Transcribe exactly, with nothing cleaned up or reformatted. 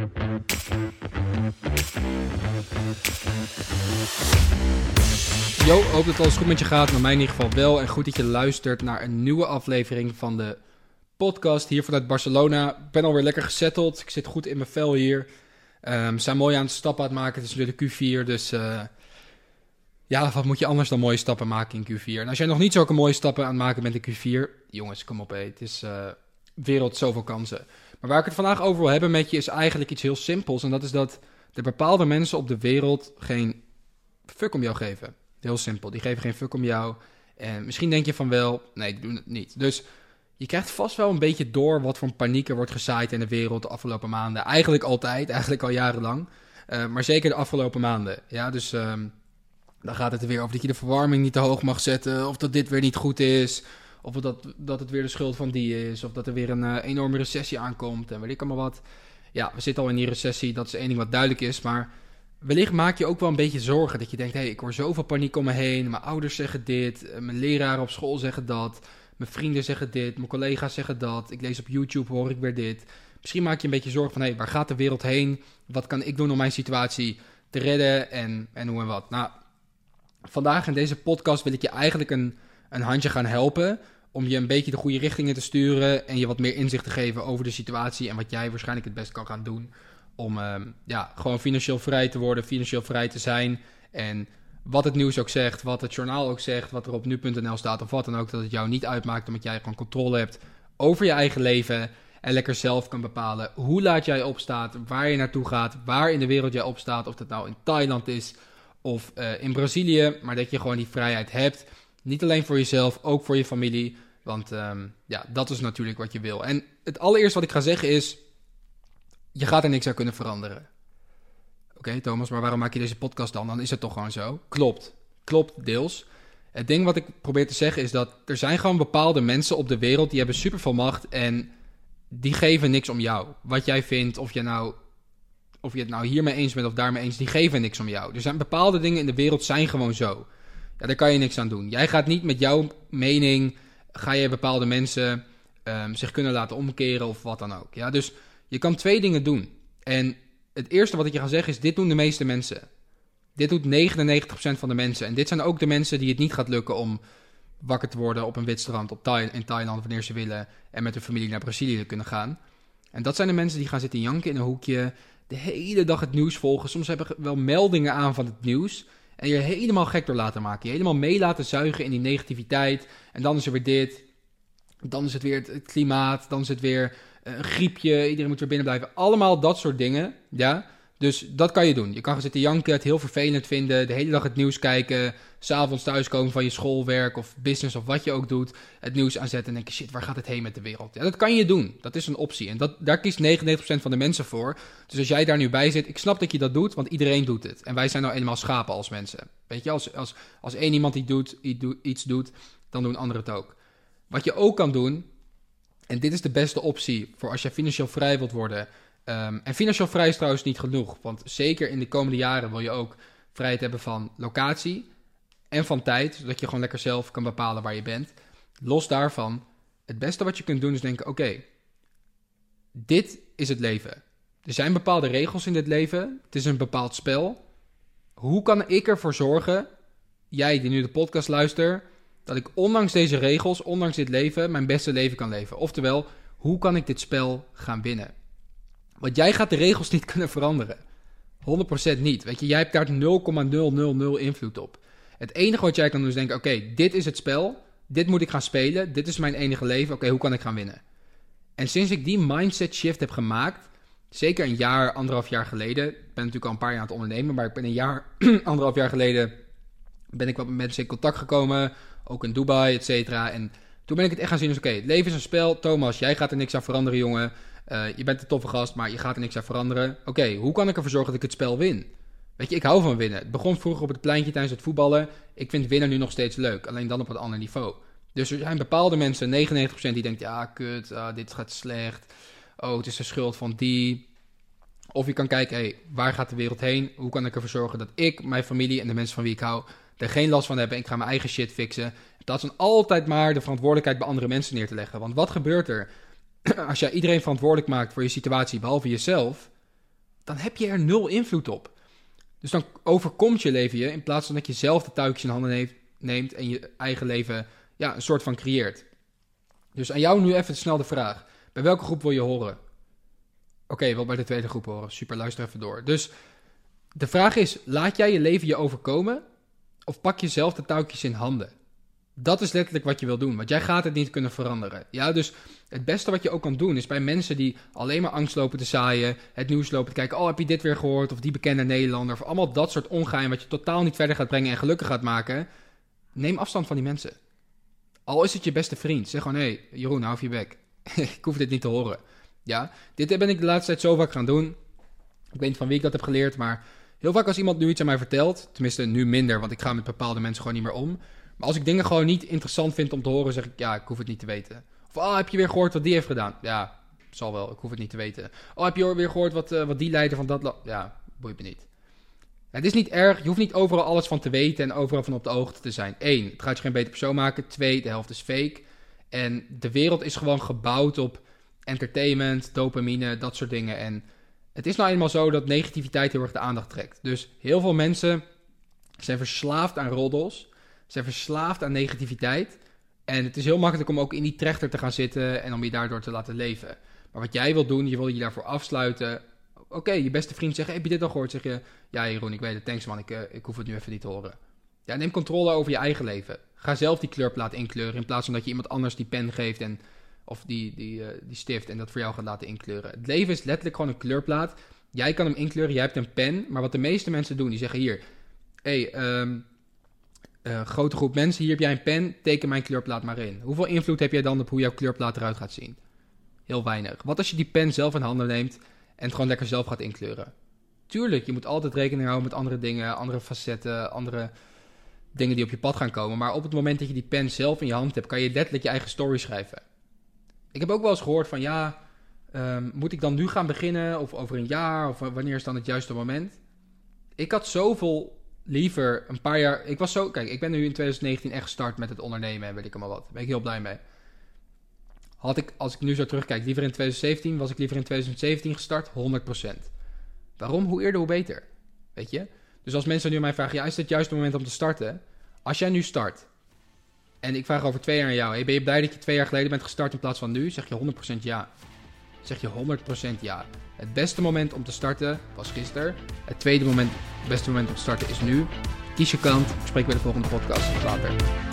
Yo, hoop dat alles goed met je gaat. Met mij in ieder geval wel. En goed dat je luistert naar een nieuwe aflevering van de podcast hier vanuit Barcelona. Ik ben alweer lekker gesetteld. Ik zit goed in mijn vel hier. Um, we zijn mooi aan het stappen aan het maken. Het is nu de Q vier, dus uh, ja, wat moet je anders dan mooie stappen maken in Q vier? En als jij nog niet zulke mooie stappen aan het maken bent in Q vier, jongens, kom op, hé. Het is uh, wereld zoveel kansen. Maar waar ik het vandaag over wil hebben met je is eigenlijk iets heel simpels. En dat is dat er bepaalde mensen op de wereld geen fuck om jou geven. Heel simpel, die geven geen fuck om jou. En misschien denk je van wel, nee, die doen het niet. Dus je krijgt vast wel een beetje door wat voor paniek er wordt gezaaid in de wereld de afgelopen maanden. Eigenlijk altijd, eigenlijk al jarenlang. Uh, maar zeker de afgelopen maanden. Ja, dus um, dan gaat het er weer over dat je de verwarming niet te hoog mag zetten. Of dat dit weer niet goed is. Of dat, dat het weer de schuld van die is. Of dat er weer een uh, enorme recessie aankomt. En weet ik allemaal wat. Ja, we zitten al in die recessie. Dat is één ding wat duidelijk is. Maar wellicht maak je ook wel een beetje zorgen. Dat je denkt, hé, hey, ik hoor zoveel paniek om me heen. Mijn ouders zeggen dit. Mijn leraren op school zeggen dat. Mijn vrienden zeggen dit. Mijn collega's zeggen dat. Ik lees op YouTube, hoor ik weer dit. Misschien maak je een beetje zorgen van, hé, hey, waar gaat de wereld heen? Wat kan ik doen om mijn situatie te redden? En, en hoe en wat. Nou, vandaag in deze podcast wil ik je eigenlijk een, een handje gaan helpen om je een beetje de goede richting in te sturen en je wat meer inzicht te geven over de situatie en wat jij waarschijnlijk het best kan gaan doen om uh, ja, gewoon financieel vrij te worden, financieel vrij te zijn. En wat het nieuws ook zegt, wat het journaal ook zegt, wat er op nu punt n l staat of wat dan ook, dat het jou niet uitmaakt omdat jij gewoon controle hebt over je eigen leven en lekker zelf kan bepalen hoe laat jij opstaat, waar je naartoe gaat, waar in de wereld jij opstaat, of dat nou in Thailand is of uh, in Brazilië, maar dat je gewoon die vrijheid hebt. Niet alleen voor jezelf, ook voor je familie. Want um, ja, dat is natuurlijk wat je wil. En het allereerste wat ik ga zeggen is, je gaat er niks aan kunnen veranderen. Oké, okay, Thomas, maar waarom maak je deze podcast dan? Dan is het toch gewoon zo? Klopt. Klopt, deels. Het ding wat ik probeer te zeggen is dat er zijn gewoon bepaalde mensen op de wereld die hebben superveel macht en die geven niks om jou. Wat jij vindt, of je nou, of je het nou hiermee eens bent of daarmee eens, die geven niks om jou. Er zijn bepaalde dingen in de wereld zijn gewoon zo. Ja, daar kan je niks aan doen. Jij gaat niet met jouw mening, ga je bepaalde mensen um, zich kunnen laten omkeren of wat dan ook. Ja, dus je kan twee dingen doen. En het eerste wat ik je ga zeggen is, dit doen de meeste mensen. Dit doet negenennegentig procent van de mensen. En dit zijn ook de mensen die het niet gaat lukken om wakker te worden op een wit strand op Thai- in Thailand wanneer ze willen en met hun familie naar Brazilië kunnen gaan. En dat zijn de mensen die gaan zitten janken in een hoekje, de hele dag het nieuws volgen. Soms hebben ze wel meldingen aan van het nieuws en je helemaal gek door laten maken. Je helemaal mee laten zuigen in die negativiteit. En dan is er weer dit. Dan is het weer het klimaat. Dan is het weer een griepje. Iedereen moet weer binnen blijven. Allemaal dat soort dingen. Ja. Dus dat kan je doen. Je kan gaan zitten janken, het heel vervelend vinden. De hele dag het nieuws kijken. 's Avonds thuiskomen van je schoolwerk of business of wat je ook doet. Het nieuws aanzetten en denken, shit, waar gaat het heen met de wereld? Ja, dat kan je doen. Dat is een optie. En dat, daar kiest negenennegentig procent van de mensen voor. Dus als jij daar nu bij zit, ik snap dat je dat doet, want iedereen doet het. En wij zijn nou eenmaal schapen als mensen. Weet je, als, als, als één iemand iets doet, iets doet, dan doen anderen het ook. Wat je ook kan doen, en dit is de beste optie voor als je financieel vrij wilt worden. Um, en financieel vrij is trouwens niet genoeg. Want zeker in de komende jaren wil je ook vrijheid hebben van locatie en van tijd. Zodat je gewoon lekker zelf kan bepalen waar je bent. Los daarvan, het beste wat je kunt doen is denken, oké, okay, dit is het leven. Er zijn bepaalde regels in dit leven. Het is een bepaald spel. Hoe kan ik ervoor zorgen, jij die nu de podcast luistert, dat ik ondanks deze regels, ondanks dit leven, mijn beste leven kan leven? Oftewel, hoe kan ik dit spel gaan winnen? Want jij gaat de regels niet kunnen veranderen. honderd procent niet. Weet je, jij hebt daar nul komma nul nul nul invloed op. Het enige wat jij kan doen is denken, oké, okay, dit is het spel. Dit moet ik gaan spelen. Dit is mijn enige leven. Oké, okay, hoe kan ik gaan winnen? En sinds ik die mindset shift heb gemaakt, zeker een jaar, anderhalf jaar geleden. Ik ben natuurlijk al een paar jaar aan het ondernemen, maar ik ben een jaar, anderhalf jaar geleden, ben ik wat met mensen in contact gekomen. Ook in Dubai, et cetera. En toen ben ik het echt gaan zien als, oké, okay, het leven is een spel. Thomas, jij gaat er niks aan veranderen, jongen. Uh, je bent een toffe gast, maar je gaat er niks aan veranderen. Oké, okay, hoe kan ik ervoor zorgen dat ik het spel win? Weet je, ik hou van winnen. Het begon vroeger op het pleintje tijdens het voetballen. Ik vind winnen nu nog steeds leuk, alleen dan op een ander niveau. Dus er zijn bepaalde mensen, negenennegentig procent, die denkt, ja, kut, uh, dit gaat slecht. Oh, het is de schuld van die. Of je kan kijken, hé, hey, waar gaat de wereld heen? Hoe kan ik ervoor zorgen dat ik, mijn familie en de mensen van wie ik hou er geen last van hebben? Ik ga mijn eigen shit fixen. Dat is dan altijd maar de verantwoordelijkheid bij andere mensen neer te leggen. Want wat gebeurt er als jij iedereen verantwoordelijk maakt voor je situatie, behalve jezelf? dan heb je er nul invloed op. Dus dan overkomt je leven je in plaats van dat je zelf de touwtjes in handen heeft, neemt en je eigen leven ja, een soort van creëert. Dus aan jou nu even snel de vraag. Bij welke groep wil je horen? Oké, okay, wel bij de tweede groep horen. Super, luister even door. Dus de vraag is, laat jij je leven je overkomen of pak je zelf de touwtjes in handen? Dat is letterlijk wat je wil doen, want jij gaat het niet kunnen veranderen. Ja, dus het beste wat je ook kan doen is bij mensen die alleen maar angst lopen te zaaien, het nieuws lopen te kijken, oh heb je dit weer gehoord, of die bekende Nederlander, of allemaal dat soort ongein wat je totaal niet verder gaat brengen en gelukkig gaat maken. Neem afstand van die mensen. Al is het je beste vriend, zeg gewoon, hé hey, Jeroen, hou je bek. Ik hoef dit niet te horen. Ja, dit ben ik de laatste tijd zo vaak gaan doen. Ik weet niet van wie ik dat heb geleerd, maar heel vaak als iemand nu iets aan mij vertelt, tenminste nu minder, want ik ga met bepaalde mensen gewoon niet meer om. Maar als ik dingen gewoon niet interessant vind om te horen, zeg ik, ja, ik hoef het niet te weten. Of, oh, heb je weer gehoord wat die heeft gedaan? Ja, zal wel, ik hoef het niet te weten. Oh, heb je weer gehoord wat, uh, wat die leider van dat... La- ja, boeit me niet. Het is niet erg, je hoeft niet overal alles van te weten en overal van op de hoogte te zijn. Eén, het gaat je geen beter persoon maken. Twee, de helft is fake. En de wereld is gewoon gebouwd op entertainment, dopamine, dat soort dingen. En het is nou eenmaal zo dat negativiteit heel erg de aandacht trekt. Dus heel veel mensen zijn verslaafd aan roddels, zijn verslaafd aan negativiteit. En het is heel makkelijk om ook in die trechter te gaan zitten en om je daardoor te laten leven. Maar wat jij wilt doen, je wil je daarvoor afsluiten. Oké, okay, je beste vriend zegt, heb je dit al gehoord? Zeg je, ja Jeroen, ik weet het, thanks man, ik, uh, ik hoef het nu even niet te horen. Ja, neem controle over je eigen leven. Ga zelf die kleurplaat inkleuren in plaats van dat je iemand anders die pen geeft en, of die, die, uh, die stift en dat voor jou gaat laten inkleuren. Het leven is letterlijk gewoon een kleurplaat. Jij kan hem inkleuren, jij hebt een pen, maar wat de meeste mensen doen, die zeggen hier, hé, hey, um, uh, grote groep mensen, hier heb jij een pen, teken mijn kleurplaat maar in. Hoeveel invloed heb jij dan op hoe jouw kleurplaat eruit gaat zien? Heel weinig. Wat als je die pen zelf in handen neemt en het gewoon lekker zelf gaat inkleuren? Tuurlijk, je moet altijd rekening houden met andere dingen, andere facetten, andere dingen die op je pad gaan komen. Maar op het moment dat je die pen zelf in je hand hebt, kan je letterlijk je eigen story schrijven. Ik heb ook wel eens gehoord van, ja, um, moet ik dan nu gaan beginnen? Of over een jaar? Of wanneer is dan het juiste moment? Ik had zoveel liever een paar jaar... Ik was zo... Kijk, ik ben nu in twintig negentien echt gestart met het ondernemen en weet ik allemaal wat. Daar ben ik heel blij mee. Had ik, als ik nu zo terugkijk, liever in twintig zeventien, was ik liever in twintig zeventien gestart? honderd procent. Waarom? Hoe eerder, hoe beter. Weet je? Dus als mensen nu aan mij vragen, ja, is dit het juiste moment om te starten? Als jij nu start, en ik vraag over twee jaar aan jou, hey, ben je blij dat je twee jaar geleden bent gestart in plaats van nu? Zeg je honderd procent ja. Zeg je honderd procent ja. Het beste moment om te starten was gisteren. Het tweede moment, het beste moment om te starten is nu. Kies je kant. Ik spreek bij de volgende podcast. Tot later.